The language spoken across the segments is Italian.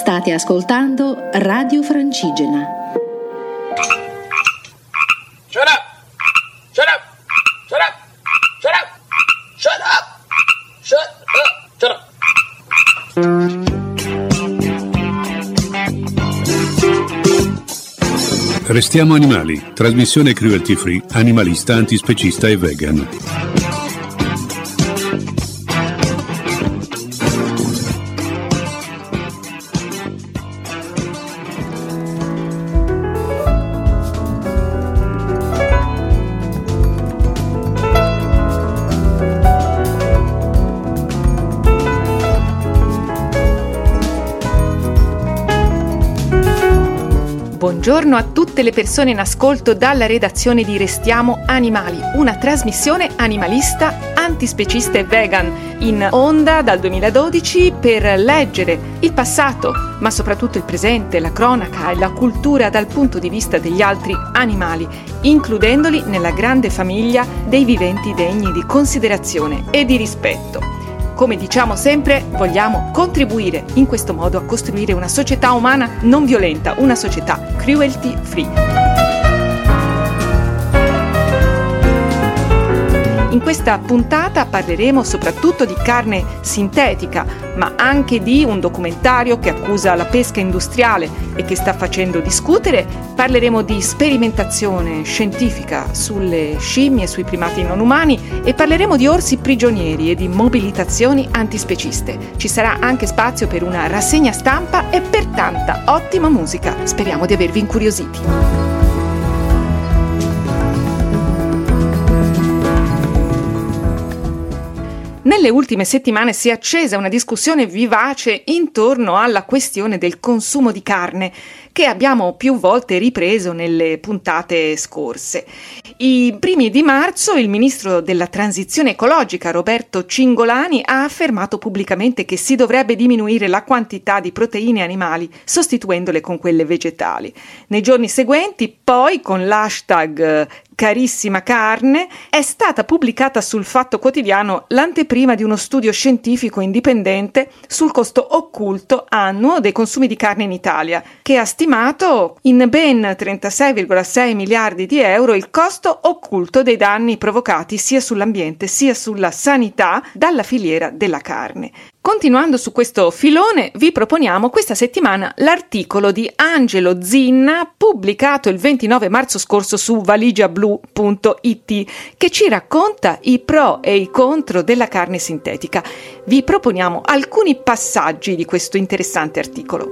State ascoltando Radio Francigena. Shut up! Shut up! Shut up! Shut up! Shut up! Shut up! Restiamo animali, trasmissione cruelty free, animalista, antispecista e vegan. Buongiorno a tutte le persone in ascolto dalla redazione di Restiamo Animali, una trasmissione animalista, antispecista e vegan, in onda dal 2012 per leggere il passato, ma soprattutto il presente, la cronaca e la cultura dal punto di vista degli altri animali, includendoli nella grande famiglia dei viventi degni di considerazione e di rispetto. Come diciamo sempre, vogliamo contribuire in questo modo a costruire una società umana non violenta, una società cruelty free. In questa puntata parleremo soprattutto di carne sintetica, ma anche di un documentario che accusa la pesca industriale e che sta facendo discutere. Parleremo di sperimentazione scientifica sulle scimmie e sui primati non umani e parleremo di orsi prigionieri e di mobilitazioni antispeciste. Ci sarà anche spazio per una rassegna stampa e per tanta ottima musica. Speriamo di avervi incuriositi. Nelle ultime settimane si è accesa una discussione vivace intorno alla questione del consumo di carne, che abbiamo più volte ripreso nelle puntate scorse. I primi di marzo il ministro della transizione ecologica Roberto Cingolani ha affermato pubblicamente che si dovrebbe diminuire la quantità di proteine animali sostituendole con quelle vegetali. Nei giorni seguenti, poi, con l'hashtag Carissima carne, è stata pubblicata sul Fatto Quotidiano l'anteprima di uno studio scientifico indipendente sul costo occulto annuo dei consumi di carne in Italia, che ha stimato in ben 36,6 miliardi di euro il costo occulto dei danni provocati sia sull'ambiente sia sulla sanità dalla filiera della carne. Continuando su questo filone, vi proponiamo questa settimana l'articolo di Angelo Zinna pubblicato il 29 marzo scorso su valigiablu.it che ci racconta i pro e i contro della carne sintetica. Vi proponiamo alcuni passaggi di questo interessante articolo.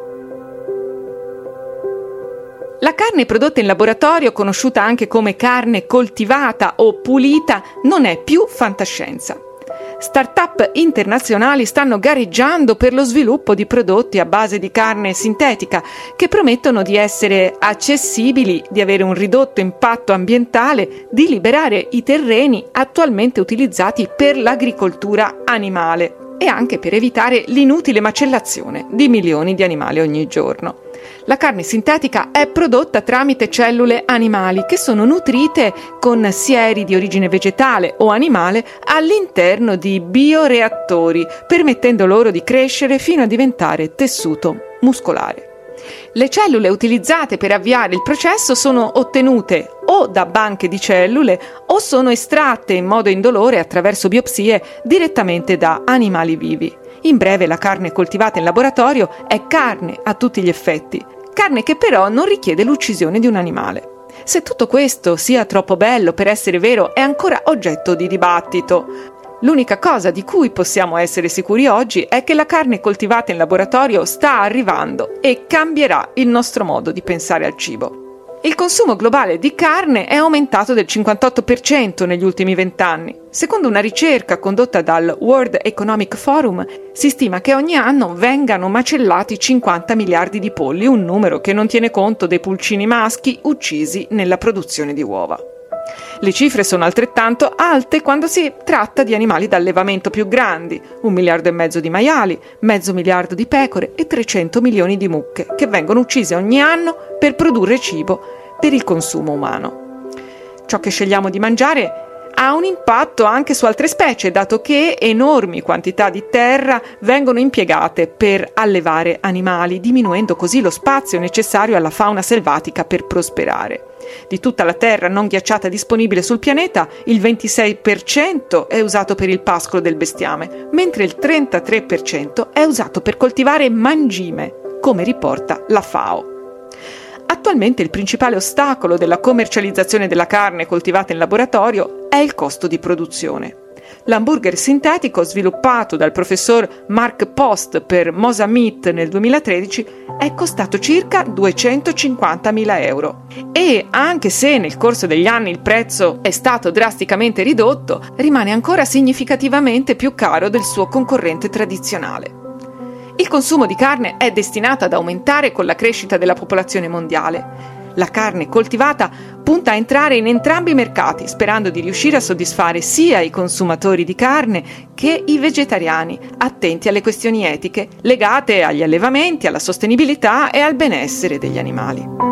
La carne prodotta in laboratorio, conosciuta anche come carne coltivata o pulita, non è più fantascienza. Start-up internazionali stanno gareggiando per lo sviluppo di prodotti a base di carne sintetica che promettono di essere accessibili, di avere un ridotto impatto ambientale, di liberare i terreni attualmente utilizzati per l'agricoltura animale e anche per evitare l'inutile macellazione di milioni di animali ogni giorno. La carne sintetica è prodotta tramite cellule animali che sono nutrite con sieri di origine vegetale o animale all'interno di bioreattori, permettendo loro di crescere fino a diventare tessuto muscolare. Le cellule utilizzate per avviare il processo sono ottenute o da banche di cellule o sono estratte in modo indolore attraverso biopsie direttamente da animali vivi. In breve, la carne coltivata in laboratorio è carne a tutti gli effetti, carne che però non richiede l'uccisione di un animale. Se tutto questo sia troppo bello per essere vero è ancora oggetto di dibattito. L'unica cosa di cui possiamo essere sicuri oggi è che la carne coltivata in laboratorio sta arrivando e cambierà il nostro modo di pensare al cibo. Il consumo globale di carne è aumentato del 58% negli ultimi 20 anni. Secondo una ricerca condotta dal World Economic Forum, si stima che ogni anno vengano macellati 50 miliardi di polli, un numero che non tiene conto dei pulcini maschi uccisi nella produzione di uova. Le cifre sono altrettanto alte quando si tratta di animali d'allevamento più grandi, 1,5 miliardi di maiali, mezzo miliardo di pecore e 300 milioni di mucche, che vengono uccise ogni anno per produrre cibo per il consumo umano. Ciò che scegliamo di mangiare ha un impatto anche su altre specie, dato che enormi quantità di terra vengono impiegate per allevare animali, diminuendo così lo spazio necessario alla fauna selvatica per prosperare. Di tutta la terra non ghiacciata disponibile sul pianeta, il 26% è usato per il pascolo del bestiame, mentre il 33% è usato per coltivare mangime, come riporta la FAO. Attualmente il principale ostacolo della commercializzazione della carne coltivata in laboratorio è il costo di produzione. L'hamburger sintetico, sviluppato dal professor Mark Post per Mosa Meat nel 2013, è costato circa 250.000 euro. E anche se nel corso degli anni il prezzo è stato drasticamente ridotto, rimane ancora significativamente più caro del suo concorrente tradizionale. Il consumo di carne è destinato ad aumentare con la crescita della popolazione mondiale. La carne coltivata punta a entrare in entrambi i mercati, sperando di riuscire a soddisfare sia i consumatori di carne che i vegetariani, attenti alle questioni etiche legate agli allevamenti, alla sostenibilità e al benessere degli animali.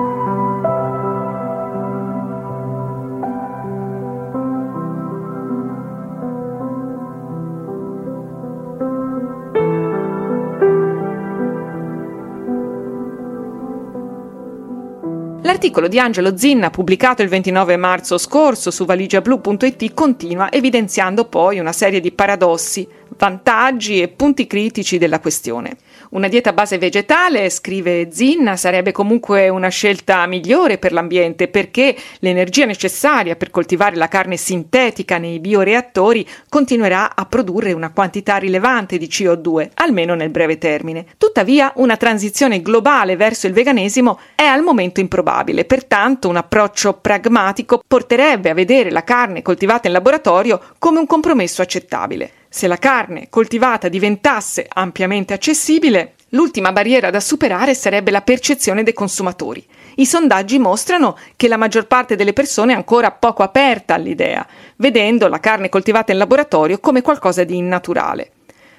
L'articolo di Angelo Zinna, pubblicato il 29 marzo scorso su valigiablu.it, continua evidenziando poi una serie di paradossi, vantaggi e punti critici della questione. Una dieta a base vegetale, scrive Zinna, sarebbe comunque una scelta migliore per l'ambiente, perché l'energia necessaria per coltivare la carne sintetica nei bioreattori continuerà a produrre una quantità rilevante di CO2, almeno nel breve termine. Tuttavia, una transizione globale verso il veganesimo è al momento improbabile, pertanto un approccio pragmatico porterebbe a vedere la carne coltivata in laboratorio come un compromesso accettabile. Se la carne coltivata diventasse ampiamente accessibile, l'ultima barriera da superare sarebbe la percezione dei consumatori. I sondaggi mostrano che la maggior parte delle persone è ancora poco aperta all'idea, vedendo la carne coltivata in laboratorio come qualcosa di innaturale.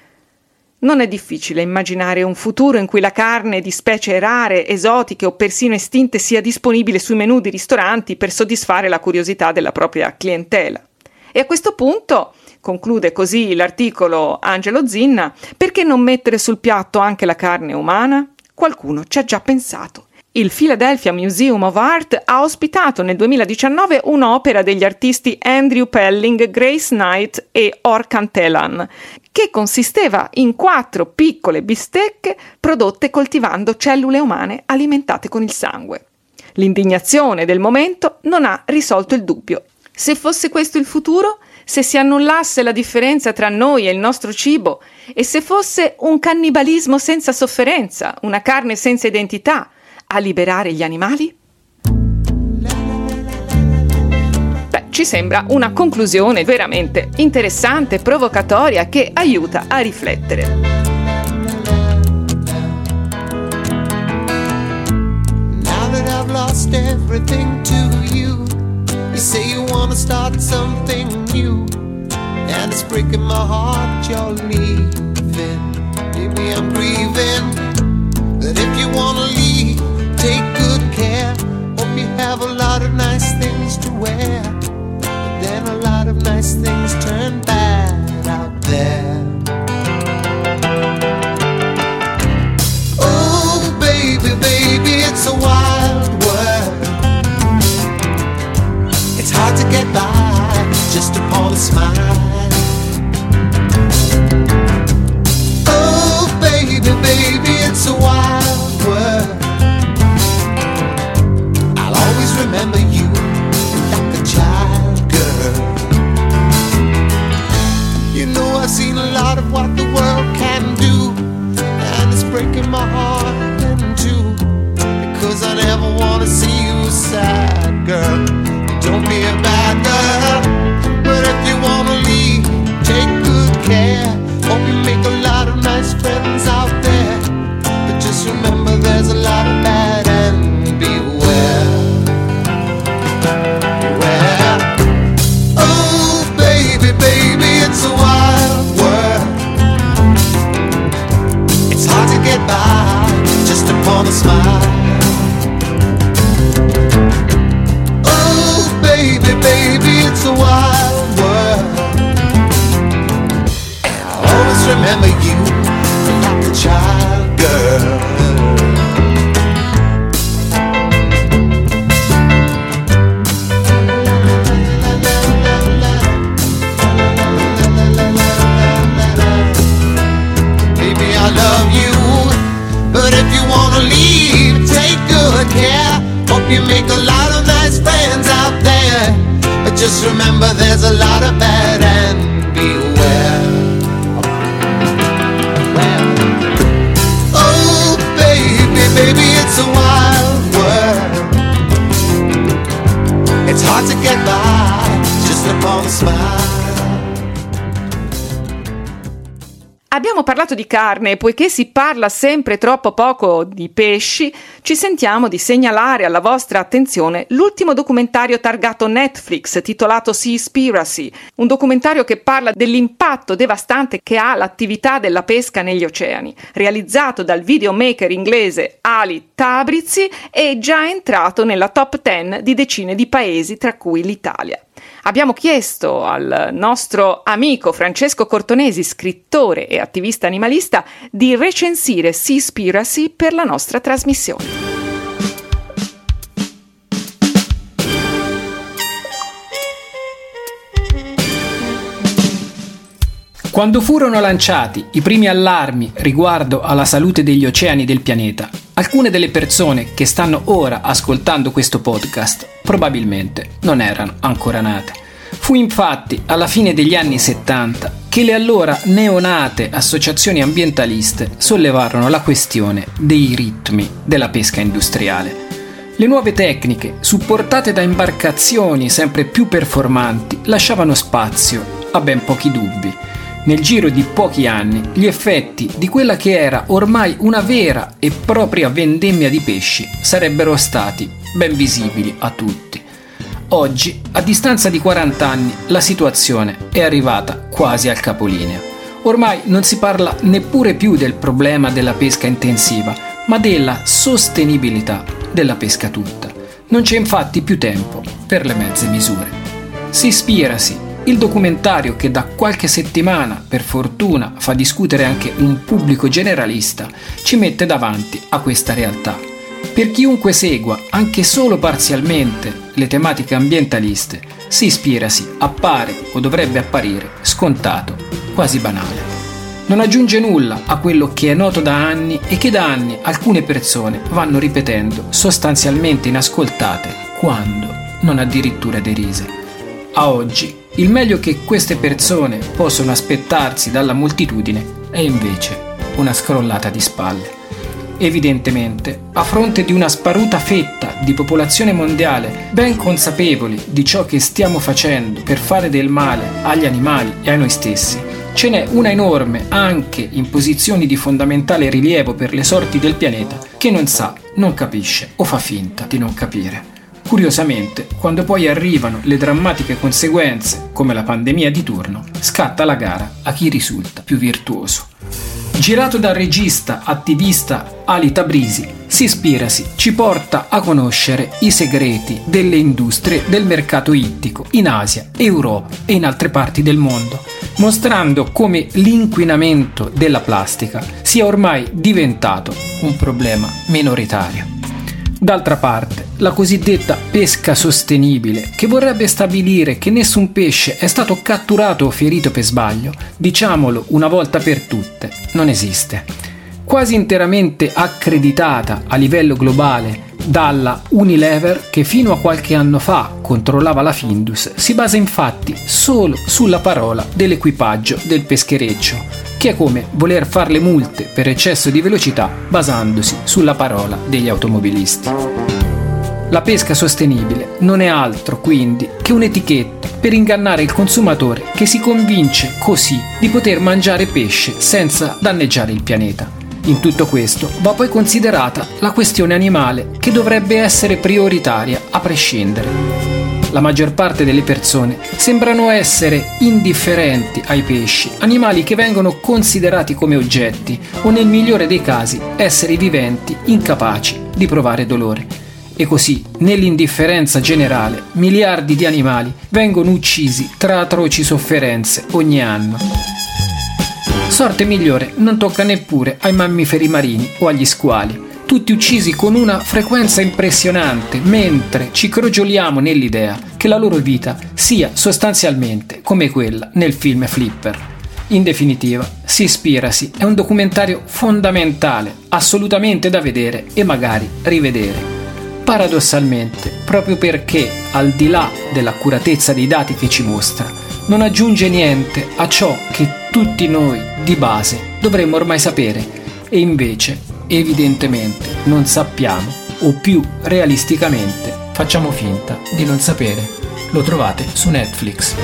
Non è difficile immaginare un futuro in cui la carne di specie rare, esotiche o persino estinte sia disponibile sui menù di ristoranti per soddisfare la curiosità della propria clientela. E a questo punto, conclude così l'articolo Angelo Zinna, perché non mettere sul piatto anche la carne umana? Qualcuno ci ha già pensato. Il Philadelphia Museum of Art ha ospitato nel 2019 un'opera degli artisti Andrew Pelling, Grace Knight e Orkan Telan, che consisteva in 4 piccole bistecche prodotte coltivando cellule umane alimentate con il sangue. L'indignazione del momento non ha risolto il dubbio. Se fosse questo il futuro, se si annullasse la differenza tra noi e il nostro cibo, e se fosse un cannibalismo senza sofferenza, una carne senza identità, a liberare gli animali? Beh, ci sembra una conclusione veramente interessante, provocatoria, che aiuta a riflettere. Now that I've lost everything to you, you say you wanna start something new, and it's breaking my heart you're leaving. Maybe I'm grieving, but if you wanna leave, take good care. Hope you have a lot of nice things to wear, but then a lot of nice things turn bad out there. Oh baby, baby, it's a wild world. It's hard to get by just upon a smile. Oh baby, baby, it's a wild world. I'll always remember you like a child, girl. You know I've seen a lot of what the world can do, and it's breaking my heart in two, because I never wanna see you sad, girl. Don't be a bad girl, but if you wanna leave, take good care. Hope you make a lot of nice friends out there, but just remember there's a lot of bad, and beware. Beware. Oh baby, baby, it's a wild world. It's hard to get by just upon a smile. Baby, baby, it's a wild world. love you. But if you wanna leave, take good care. Hope you make a lot of nice friends out there. But just remember there's a lot of bad and beware. Oh baby, baby, it's a wild world. It's hard to get by just upon a smile. Abbiamo parlato di carne e poiché si parla sempre troppo poco di pesci, ci sentiamo di segnalare alla vostra attenzione l'ultimo documentario targato Netflix titolato Seaspiracy, un documentario che parla dell'impatto devastante che ha l'attività della pesca negli oceani, realizzato dal videomaker inglese Ali Tabrizi e già entrato nella top 10 di decine di paesi, tra cui l'Italia. Abbiamo chiesto al nostro amico Francesco Cortonesi, scrittore e attivista animalista, di recensire Seaspiracy per la nostra trasmissione. Quando furono lanciati i primi allarmi riguardo alla salute degli oceani del pianeta, alcune delle persone che stanno ora ascoltando questo podcast probabilmente non erano ancora nate. Fu infatti alla fine degli anni 70 che le allora neonate associazioni ambientaliste sollevarono la questione dei ritmi della pesca industriale. Le nuove tecniche, supportate da imbarcazioni sempre più performanti, lasciavano spazio a ben pochi dubbi. Nel giro di pochi anni, gli effetti di quella che era ormai una vera e propria vendemmia di pesci sarebbero stati ben visibili a tutti. Oggi, a distanza di 40 anni, la situazione è arrivata quasi al capolinea. Ormai non si parla neppure più del problema della pesca intensiva, ma della sostenibilità della pesca tutta. Non c'è infatti più tempo per le mezze misure. Seaspiracy, il documentario che da qualche settimana, per fortuna, fa discutere anche un pubblico generalista, ci mette davanti a questa realtà. Per chiunque segua, anche solo parzialmente, le tematiche ambientaliste, Seaspiracy appare o dovrebbe apparire scontato, quasi banale. Non aggiunge nulla a quello che è noto da anni e che da anni alcune persone vanno ripetendo, sostanzialmente inascoltate, quando non addirittura derise. A oggi, il meglio che queste persone possono aspettarsi dalla moltitudine è invece una scrollata di spalle. Evidentemente, a fronte di una sparuta fetta di popolazione mondiale ben consapevoli di ciò che stiamo facendo per fare del male agli animali e a noi stessi, ce n'è una enorme anche in posizioni di fondamentale rilievo per le sorti del pianeta che non sa, non capisce o fa finta di non capire. Curiosamente, quando poi arrivano le drammatiche conseguenze, come la pandemia di turno, scatta la gara a chi risulta più virtuoso. Girato dal regista attivista Ali Tabrizi, Seaspiracy ci porta a conoscere i segreti delle industrie del mercato ittico in Asia, Europa e in altre parti del mondo, mostrando come l'inquinamento della plastica sia ormai diventato un problema minoritario. D'altra parte, la cosiddetta pesca sostenibile, che vorrebbe stabilire che nessun pesce è stato catturato o ferito per sbaglio, diciamolo una volta per tutte, non esiste. Quasi interamente accreditata a livello globale dalla Unilever, che fino a qualche anno fa controllava la Findus, si basa infatti solo sulla parola dell'equipaggio del peschereccio, che è come voler fare le multe per eccesso di velocità basandosi sulla parola degli automobilisti. La pesca sostenibile non è altro quindi che un'etichetta per ingannare il consumatore che si convince così di poter mangiare pesce senza danneggiare il pianeta. In tutto questo va poi considerata la questione animale, che dovrebbe essere prioritaria a prescindere. La maggior parte delle persone sembrano essere indifferenti ai pesci, animali che vengono considerati come oggetti o, nel migliore dei casi, esseri viventi incapaci di provare dolore. E così, nell'indifferenza generale, miliardi di animali vengono uccisi tra atroci sofferenze ogni anno. Sorte migliore non tocca neppure ai mammiferi marini o agli squali, tutti uccisi con una frequenza impressionante, mentre ci crogioliamo nell'idea che la loro vita sia sostanzialmente come quella nel film Flipper. In definitiva, Seaspiracy è un documentario fondamentale, assolutamente da vedere e magari rivedere. Paradossalmente, proprio perché, al di là dell'accuratezza dei dati che ci mostra, non aggiunge niente a ciò che tutti noi, di base, dovremmo ormai sapere, e invece, evidentemente, non sappiamo, o più realisticamente, facciamo finta di non sapere. Lo trovate su Netflix.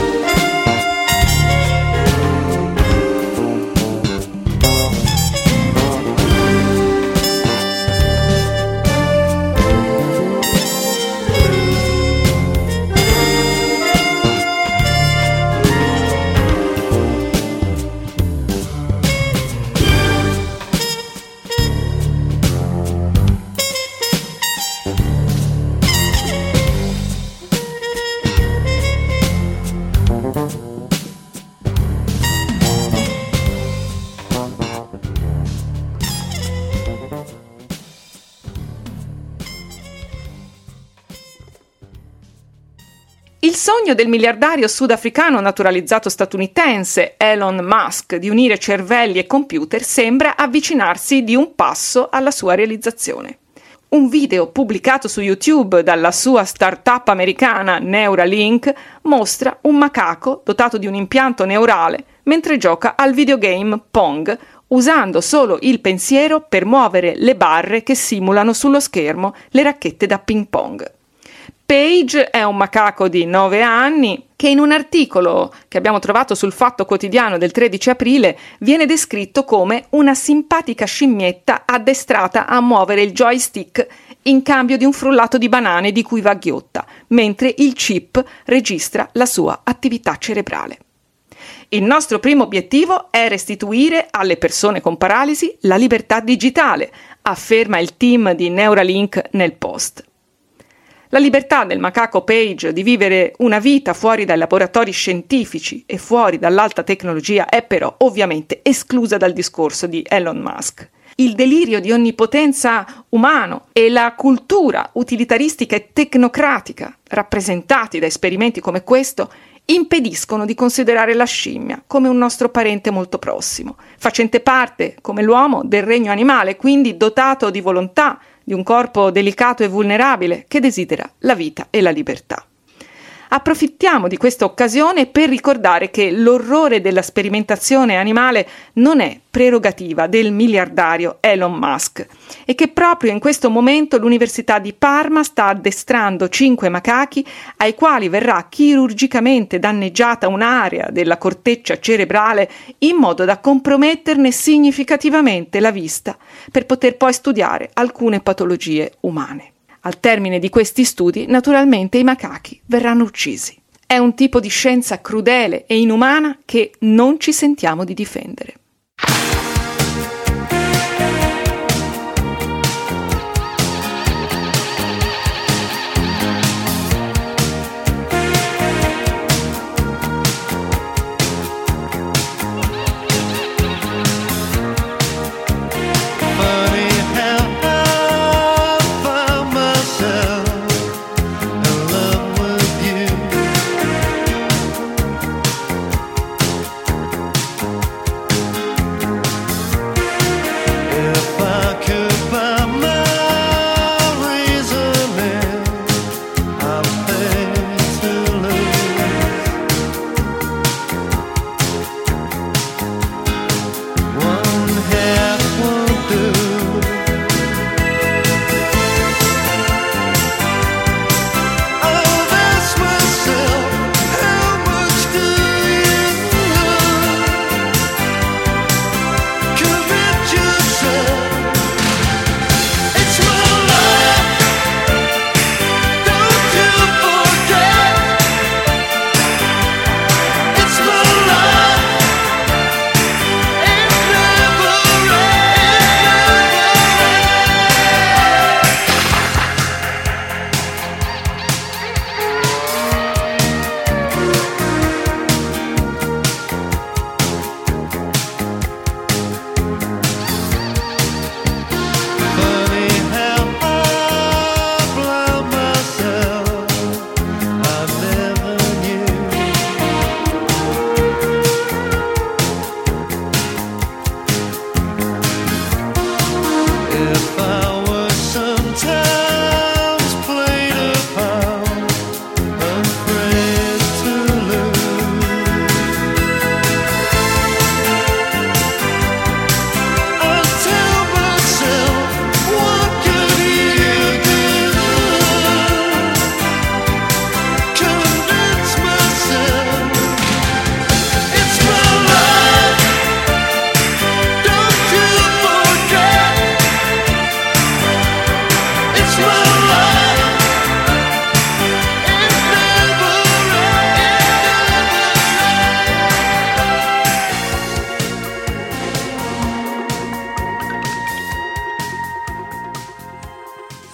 Il sogno del miliardario sudafricano naturalizzato statunitense Elon Musk di unire cervelli e computer sembra avvicinarsi di un passo alla sua realizzazione. Un video pubblicato su YouTube dalla sua startup americana Neuralink mostra un macaco dotato di un impianto neurale mentre gioca al videogame Pong, usando solo il pensiero per muovere le barre che simulano sullo schermo le racchette da ping pong. Paige è un macaco di 9 anni che in un articolo che abbiamo trovato sul Fatto Quotidiano del 13 aprile viene descritto come una simpatica scimmietta addestrata a muovere il joystick in cambio di un frullato di banane di cui va ghiotta, mentre il chip registra la sua attività cerebrale. Il nostro primo obiettivo è restituire alle persone con paralisi la libertà digitale, afferma il team di Neuralink nel post. La libertà del macaco Paige di vivere una vita fuori dai laboratori scientifici e fuori dall'alta tecnologia è però ovviamente esclusa dal discorso di Elon Musk. Il delirio di onnipotenza umano e la cultura utilitaristica e tecnocratica rappresentati da esperimenti come questo impediscono di considerare la scimmia come un nostro parente molto prossimo, facente parte, come l'uomo, del regno animale, quindi dotato di volontà, di un corpo delicato e vulnerabile che desidera la vita e la libertà. Approfittiamo di questa occasione per ricordare che l'orrore della sperimentazione animale non è prerogativa del miliardario Elon Musk e che proprio in questo momento l'Università di Parma sta addestrando 5 macachi ai quali verrà chirurgicamente danneggiata un'area della corteccia cerebrale in modo da comprometterne significativamente la vista per poter poi studiare alcune patologie umane. Al termine di questi studi, naturalmente, i macachi verranno uccisi. È un tipo di scienza crudele e inumana che non ci sentiamo di difendere.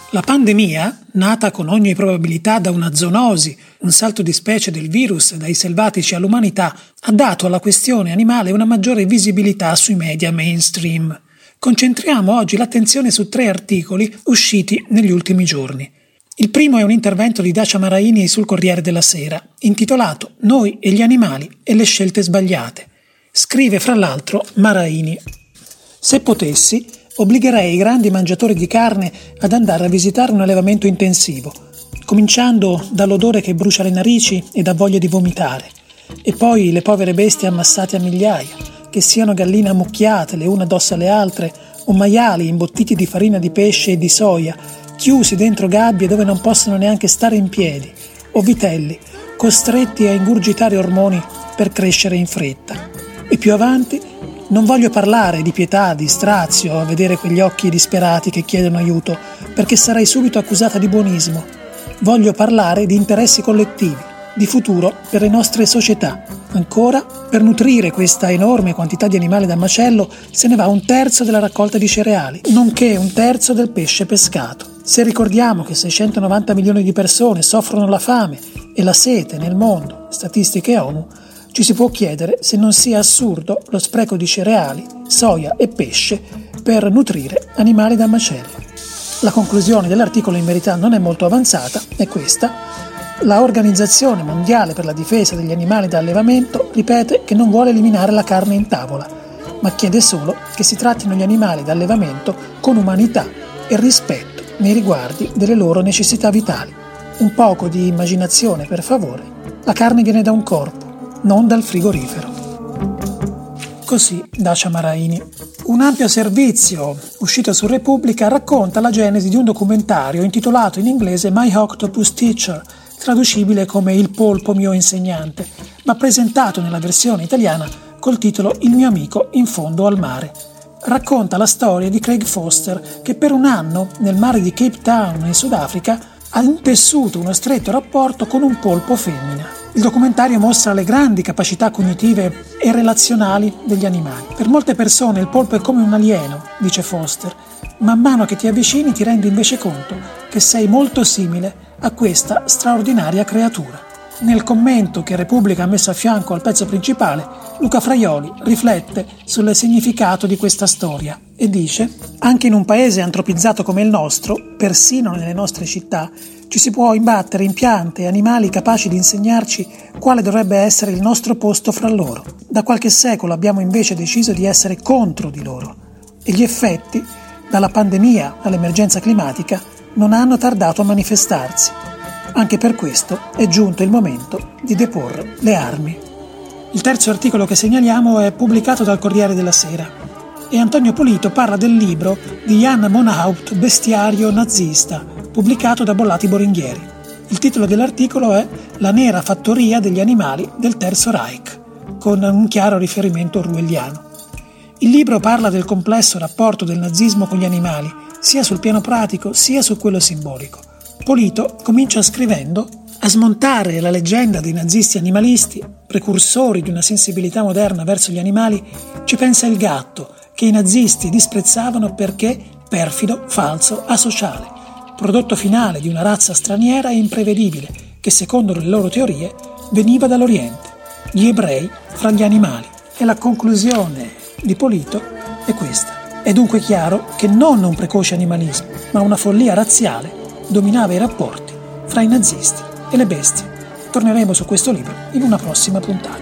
La pandemia, nata con ogni probabilità da una zoonosi, un salto di specie del virus dai selvatici all'umanità, ha dato alla questione animale una maggiore visibilità sui media mainstream. Concentriamo oggi l'attenzione su 3 articoli usciti negli ultimi giorni. Il primo è un intervento di Dacia Maraini sul Corriere della Sera, intitolato «Noi e gli animali e le scelte sbagliate». Scrive fra l'altro Maraini: «Se potessi, obbligherei i grandi mangiatori di carne ad andare a visitare un allevamento intensivo, cominciando dall'odore che brucia le narici e dà voglia di vomitare, e poi le povere bestie ammassate a migliaia, che siano galline ammucchiate le une addosso alle altre, o maiali imbottiti di farina di pesce e di soia, chiusi dentro gabbie dove non possono neanche stare in piedi, o vitelli, costretti a ingurgitare ormoni per crescere in fretta. E più avanti non voglio parlare di pietà, di strazio a vedere quegli occhi disperati che chiedono aiuto, perché sarei subito accusata di buonismo. Voglio parlare di interessi collettivi, di futuro per le nostre società. Ancora, per nutrire questa enorme quantità di animali da macello se ne va 1/3 della raccolta di cereali, nonché 1/3 del pesce pescato. Se ricordiamo che 690 milioni di persone soffrono la fame e la sete nel mondo, statistiche ONU, ci si può chiedere se non sia assurdo lo spreco di cereali, soia e pesce per nutrire animali da macello. La conclusione dell'articolo in verità non è molto avanzata, è questa: la Organizzazione Mondiale per la Difesa degli Animali da Allevamento ripete che non vuole eliminare la carne in tavola, ma chiede solo che si trattino gli animali da allevamento con umanità e rispetto nei riguardi delle loro necessità vitali. Un poco di immaginazione, per favore. La carne viene da un corpo, non dal frigorifero. Così Dacia Maraini. Un ampio servizio uscito su Repubblica racconta la genesi di un documentario intitolato in inglese My Octopus Teacher, traducibile come Il polpo mio insegnante, ma presentato nella versione italiana col titolo Il mio amico in fondo al mare. Racconta la storia di Craig Foster, che per un anno nel mare di Cape Town in Sudafrica ha intessuto uno stretto rapporto con un polpo femmina. Il documentario mostra le grandi capacità cognitive e relazionali degli animali. Per molte persone il polpo è come un alieno, dice Foster. Man mano che ti avvicini ti rendi invece conto che sei molto simile a questa straordinaria creatura. Nel commento che Repubblica ha messo a fianco al pezzo principale, Luca Fraioli riflette sul significato di questa storia e dice: anche in un paese antropizzato come il nostro, persino nelle nostre città, ci si può imbattere in piante e animali capaci di insegnarci quale dovrebbe essere il nostro posto fra loro. Da qualche secolo abbiamo invece deciso di essere contro di loro e gli effetti, dalla pandemia all'emergenza climatica, non hanno tardato a manifestarsi. Anche per questo è giunto il momento di deporre le armi. Il terzo articolo che segnaliamo è pubblicato dal Corriere della Sera e Antonio Polito parla del libro di Jan Monhaupt, Bestiario nazista, pubblicato da Bollati Boringhieri. Il titolo dell'articolo è La nera fattoria degli animali del Terzo Reich, con un chiaro riferimento orwelliano. Il libro parla del complesso rapporto del nazismo con gli animali, sia sul piano pratico sia su quello simbolico. Polito comincia scrivendo: a smontare la leggenda dei nazisti animalisti, precursori di una sensibilità moderna verso gli animali, ci pensa il gatto, che i nazisti disprezzavano perché perfido, falso, asociale, prodotto finale di una razza straniera e imprevedibile, che secondo le loro teorie veniva dall'Oriente, gli ebrei fra gli animali. E la conclusione di Polito è questa: è dunque chiaro che non un precoce animalismo, ma una follia razziale dominava i rapporti fra i nazisti e le bestie. Torneremo su questo libro in una prossima puntata.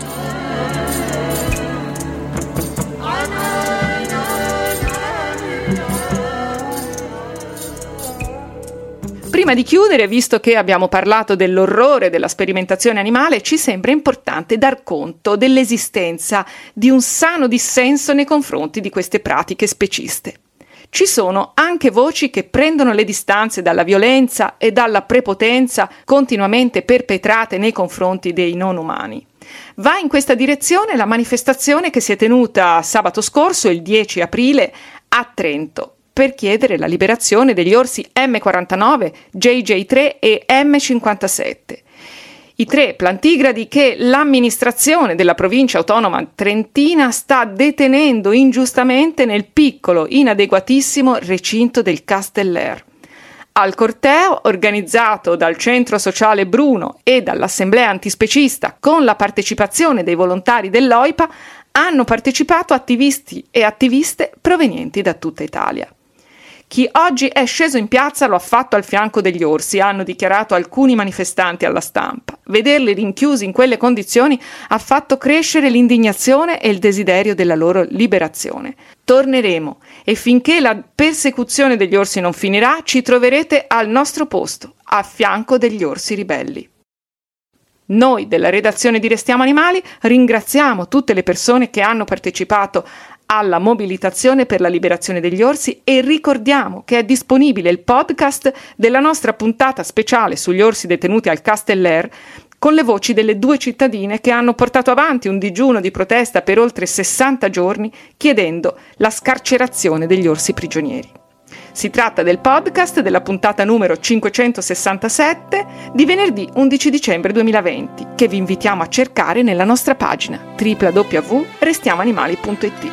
Prima di chiudere, visto che abbiamo parlato dell'orrore della sperimentazione animale, ci sembra importante dar conto dell'esistenza di un sano dissenso nei confronti di queste pratiche speciste. Ci sono anche voci che prendono le distanze dalla violenza e dalla prepotenza continuamente perpetrate nei confronti dei non umani. Va in questa direzione la manifestazione che si è tenuta sabato scorso, il 10 aprile, a Trento, per chiedere la liberazione degli orsi M49, JJ3 e M57. I 3 plantigradi che l'amministrazione della provincia autonoma trentina sta detenendo ingiustamente nel piccolo, inadeguatissimo recinto del Casteller. Al corteo, organizzato dal Centro Sociale Bruno e dall'Assemblea Antispecista con la partecipazione dei volontari dell'OIPA, hanno partecipato attivisti e attiviste provenienti da tutta Italia. Chi oggi è sceso in piazza lo ha fatto al fianco degli orsi, hanno dichiarato alcuni manifestanti alla stampa. Vederli rinchiusi in quelle condizioni ha fatto crescere l'indignazione e il desiderio della loro liberazione. Torneremo e finché la persecuzione degli orsi non finirà, ci troverete al nostro posto, a fianco degli orsi ribelli. Noi della redazione di Restiamo Animali ringraziamo tutte le persone che hanno partecipato alla mobilitazione per la liberazione degli orsi e ricordiamo che è disponibile il podcast della nostra puntata speciale sugli orsi detenuti al Casteller con le voci delle 2 cittadine che hanno portato avanti un digiuno di protesta per oltre 60 giorni chiedendo la scarcerazione degli orsi prigionieri. Si tratta del podcast della puntata numero 567 di venerdì 11 dicembre 2020 che vi invitiamo a cercare nella nostra pagina www.restiamoanimali.it.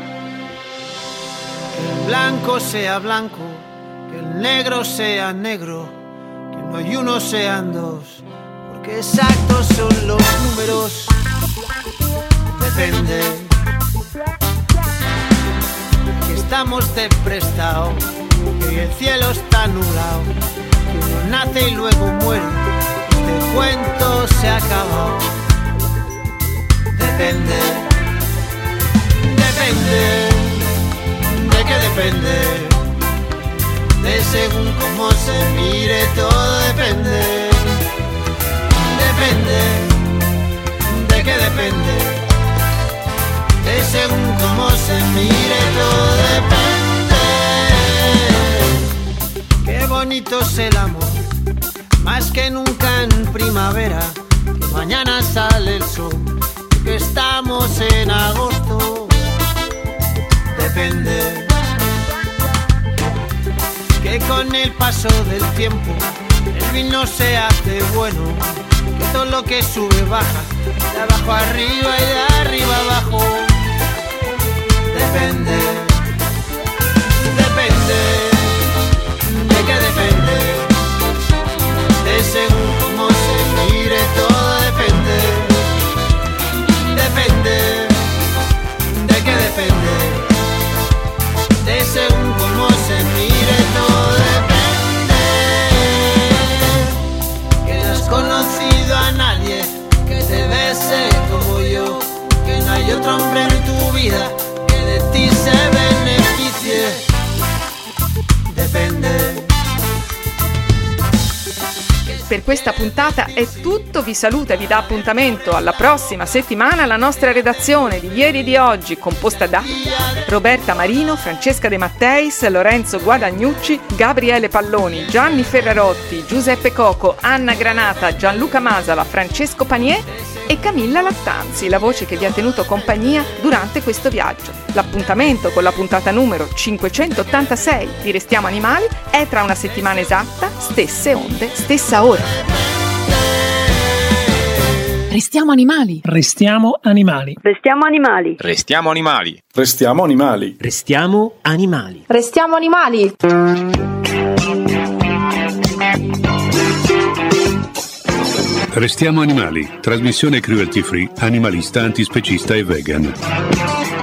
Que el blanco sea blanco, que el negro sea negro, que no hay uno sean dos, porque exactos son los números. Depende, que estamos de prestado, que el cielo está nublado, que uno nace y luego muere, este cuento se ha acabado. Depende, depende. ¿De qué depende? De según cómo se mire, todo depende. Depende. ¿De qué depende? De según cómo se mire, todo depende. Qué bonito es el amor, más que nunca en primavera, que mañana sale el sol, que estamos en agosto. Depende, que con el paso del tiempo el vino se hace bueno, que todo lo que sube baja, de abajo arriba y de arriba abajo. Depende, depende, ¿de qué depende? De según cómo se mire, todo depende. Depende, ¿de qué depende? De según cómo se mire, todo depende. Que no has conocido a nadie que te bese como yo, que no hay otro hombre en tu vida que de ti se beneficie. Depende. Per questa puntata è tutto, vi saluta e vi dà appuntamento alla prossima settimana la nostra redazione di ieri e di oggi, composta da Roberta Marino, Francesca De Matteis, Lorenzo Guadagnucci, Gabriele Palloni, Gianni Ferrarotti, Giuseppe Coco, Anna Granata, Gianluca Masala, Francesco Panier e Camilla Lattanzi, la voce che vi ha tenuto compagnia durante questo viaggio. L'appuntamento con la puntata numero 586 di Restiamo Animali è tra una settimana esatta, stesse onde, stessa ora. Restiamo animali. Restiamo animali. Restiamo animali. Restiamo animali. Restiamo animali. Restiamo animali. Restiamo animali. Restiamo animali, trasmissione cruelty free, animalista, antispecista e vegan.